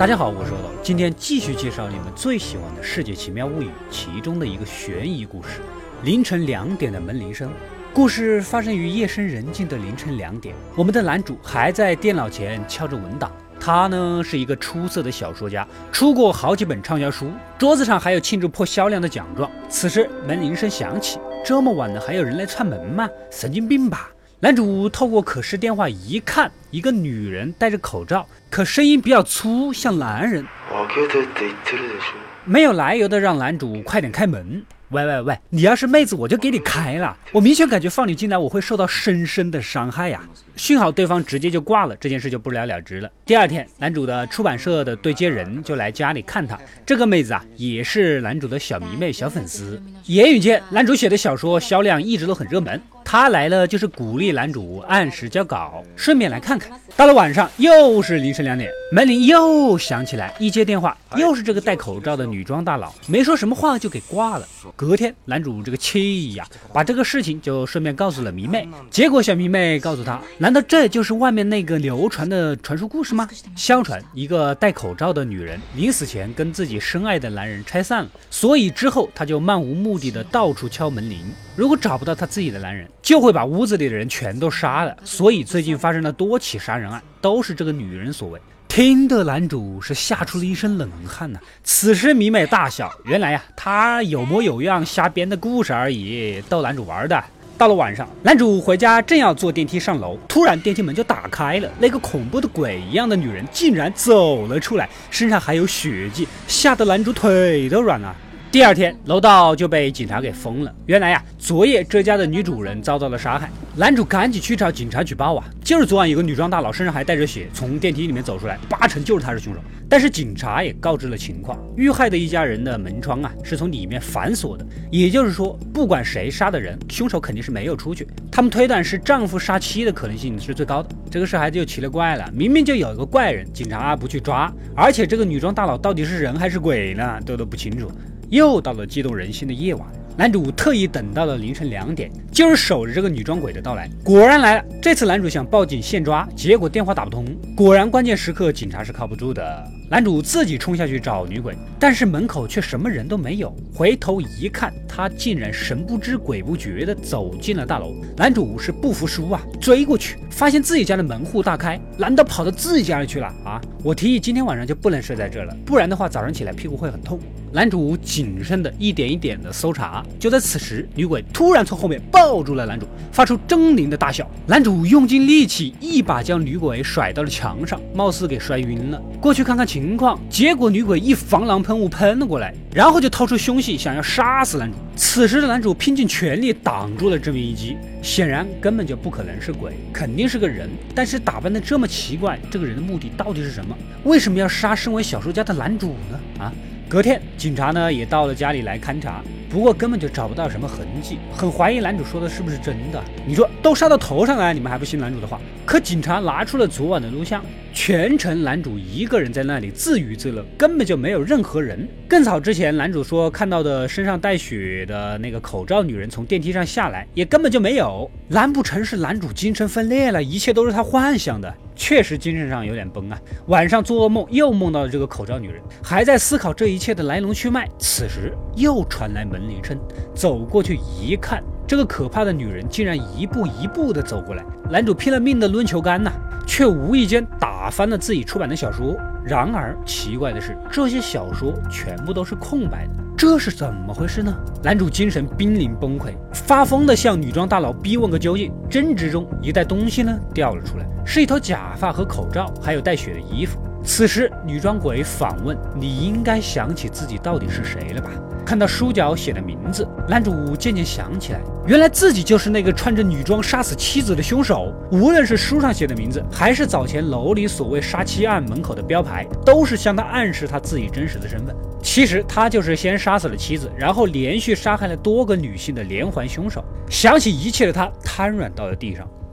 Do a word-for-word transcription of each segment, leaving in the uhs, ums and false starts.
大家好，我是欧豆，今天继续介绍你们最喜欢的《世界奇妙物语》其中的一个悬疑故事——凌晨两点的门铃声。故事发生于夜深人静的凌晨两点，我们的男主还在电脑前敲着文档。他呢是一个出色的小说家，出过好几本畅销书，桌子上还有庆祝破销量的奖状。此时门铃声响起，这么晚了还有人来串门吗？神经病吧！男主透过可视电话一看，一个女人戴着口罩，可声音比较粗，像男人。没有来由的让男主快点开门。喂喂喂，你要是妹子我就给你开了，我明显感觉放你进来我会受到深深的伤害呀、啊！幸好对方直接就挂了，这件事就不了了之了。第二天，男主的出版社的对接人就来家里看他，这个妹子啊也是男主的小迷妹、小粉丝。言语间，男主写的小说销量一直都很热门，他来了就是鼓励男主按时交稿，顺便来看看。到了晚上，又是凌晨两点，门铃又响起来，一接电话又是这个戴口罩的女装大佬，没说什么话就给挂了。隔天，男主这个气呀，把这个事情就顺便告诉了迷妹。结果小迷妹告诉他，难道这就是外面那个流传的传说故事吗？相传一个戴口罩的女人临死前跟自己深爱的男人拆散了，所以之后她就漫无目的的到处敲门铃，如果找不到她自己的男人，就会把屋子里的人全都杀了。所以最近发生了多起杀人案，都是这个女人所为。听得男主是吓出了一身冷汗呐、啊！此时迷妹大笑，原来呀、啊，他有模有样瞎编的故事而已，逗男主玩的。到了晚上，男主回家正要坐电梯上楼，突然电梯门就打开了，那个恐怖的鬼一样的女人竟然走了出来，身上还有血迹，吓得男主腿都软了。第二天，楼道就被警察给封了。原来呀、啊，昨夜这家的女主人遭到了杀害，男主赶紧去找警察举报啊！就是昨晚有个女装大佬身上还带着血，从电梯里面走出来，八成就是他是凶手。但是警察也告知了情况，遇害的一家人的门窗啊是从里面反锁的，也就是说，不管谁杀的人，凶手肯定是没有出去。他们推断是丈夫杀妻的可能性是最高的。这个事还就奇了怪了，明明就有一个怪人，警察不去抓，而且这个女装大佬到底是人还是鬼呢，都都不清楚。又到了激动人心的夜晚，男主特意等到了凌晨两点，就是守着这个女装鬼的到来。果然来了，这次男主想报警现抓，结果电话打不通。果然关键时刻警察是靠不住的，男主自己冲下去找女鬼，但是门口却什么人都没有。回头一看，他竟然神不知鬼不觉地走进了大楼。男主是不服输啊，追过去，发现自己家的门户大开，难道跑到自己家里去了啊？我提议今天晚上就不能睡在这儿了，不然的话早上起来屁股会很痛。男主谨慎的一点一点的搜查，就在此时，女鬼突然从后面抱住了男主，发出狰狞的大笑。男主用尽力气，一把将女鬼甩到了墙上，貌似给摔晕了。过去看看情况，结果女鬼一防狼喷雾喷了过来，然后就掏出凶器想要杀死男主。此时的男主拼尽全力挡住了这么一击，显然根本就不可能是鬼，肯定是个人。但是打扮的这么奇怪，这个人的目的到底是什么？为什么要杀身为小说家的男主呢？啊？隔天，警察呢也到了家里来勘察，不过根本就找不到什么痕迹，很怀疑男主说的是不是真的。你说都杀到头上来，你们还不信男主的话？可警察拿出了昨晚的录像，全程男主一个人在那里自娱自乐，根本就没有任何人。更早之前，男主说看到的身上带血的那个口罩女人从电梯上下来，也根本就没有。难不成是男主精神分裂了，一切都是他幻想的？确实精神上有点崩啊！晚上做噩梦又梦到了这个口罩女人，还在思考这一切的来龙去脉。此时又传来门铃声，走过去一看，这个可怕的女人竟然一步一步的走过来。男主拼了命的抡球杆呐、啊，却无意间打翻了自己出版的小说。然而奇怪的是，这些小说全部都是空白的，这是怎么回事呢？男主精神濒临崩溃，发疯的向女装大佬逼问个究竟。争执中，一袋东西呢掉了出来，是一头假发和口罩，还有带血的衣服。此时女装鬼反问：你应该想起自己到底是谁了吧？看到书角写的名字，男主渐渐想起来，原来自己就是那个穿着女装杀死妻子的凶手。无论是书上写的名字，还是早前楼里所谓杀妻案门口的标牌，都是向他暗示他自己真实的身份。其实他就是先杀死了妻子，然后连续杀害了多个女性的连环凶手。想起一切的他瘫软到了地上。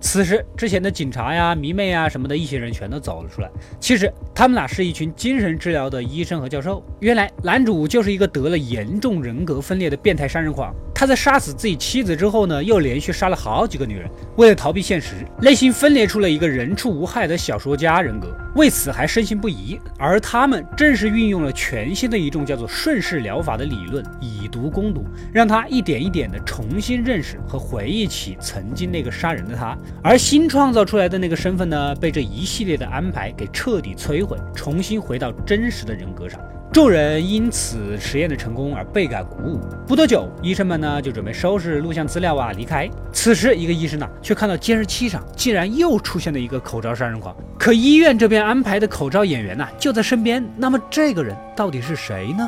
此时，之前的警察呀、迷妹啊什么的一些人全都走了出来。其实他们俩是一群精神治疗的医生和教授。原来男主就是一个得了严重人格分裂的变态杀人狂。他在杀死自己妻子之后呢，又连续杀了好几个女人。为了逃避现实，内心分裂出了一个人畜无害的小说家人格，为此还深信不疑。而他们正是运用了全新的一种叫做顺势疗法的理论，以毒攻毒，让他一点一点的重新认识和回忆起曾经那个杀人的他。而新创造出来的那个身份呢，被这一系列的安排给彻底摧毁，重新回到真实的人格上。众人因此实验的成功而倍感鼓舞。不多久，医生们呢就准备收拾录像资料啊离开。此时，一个医生呢却看到监视器上竟然又出现了一个口罩杀人狂，可医院这边安排的口罩演员呢就在身边。那么这个人到底是谁呢？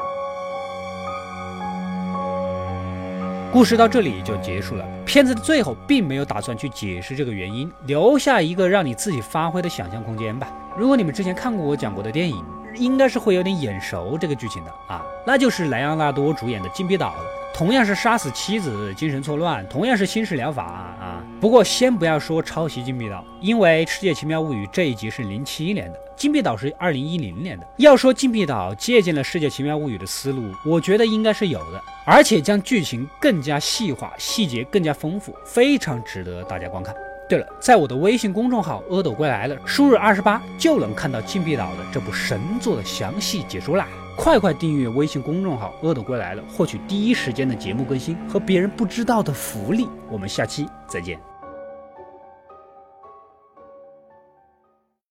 故事到这里就结束了。片子的最后并没有打算去解释这个原因，留下一个让你自己发挥的想象空间吧。如果你们之前看过我讲过的电影，应该是会有点眼熟这个剧情的啊，那就是莱昂纳多主演的《禁闭岛》，同样是杀死妻子、精神错乱，同样是新式疗法啊。不过先不要说抄袭《禁闭岛》，因为《世界奇妙物语》这一集是零七年的，《禁闭岛》是二零一零年的。要说《禁闭岛》借鉴了《世界奇妙物语》的思路，我觉得应该是有的，而且将剧情更加细化，细节更加丰富，非常值得大家观看。对了，在我的微信公众号阿斗归来了，输入二十八就能看到《禁闭岛》的这部神作的详细解说啦！快快订阅微信公众号阿斗归来了，获取第一时间的节目更新和别人不知道的福利。我们下期再见。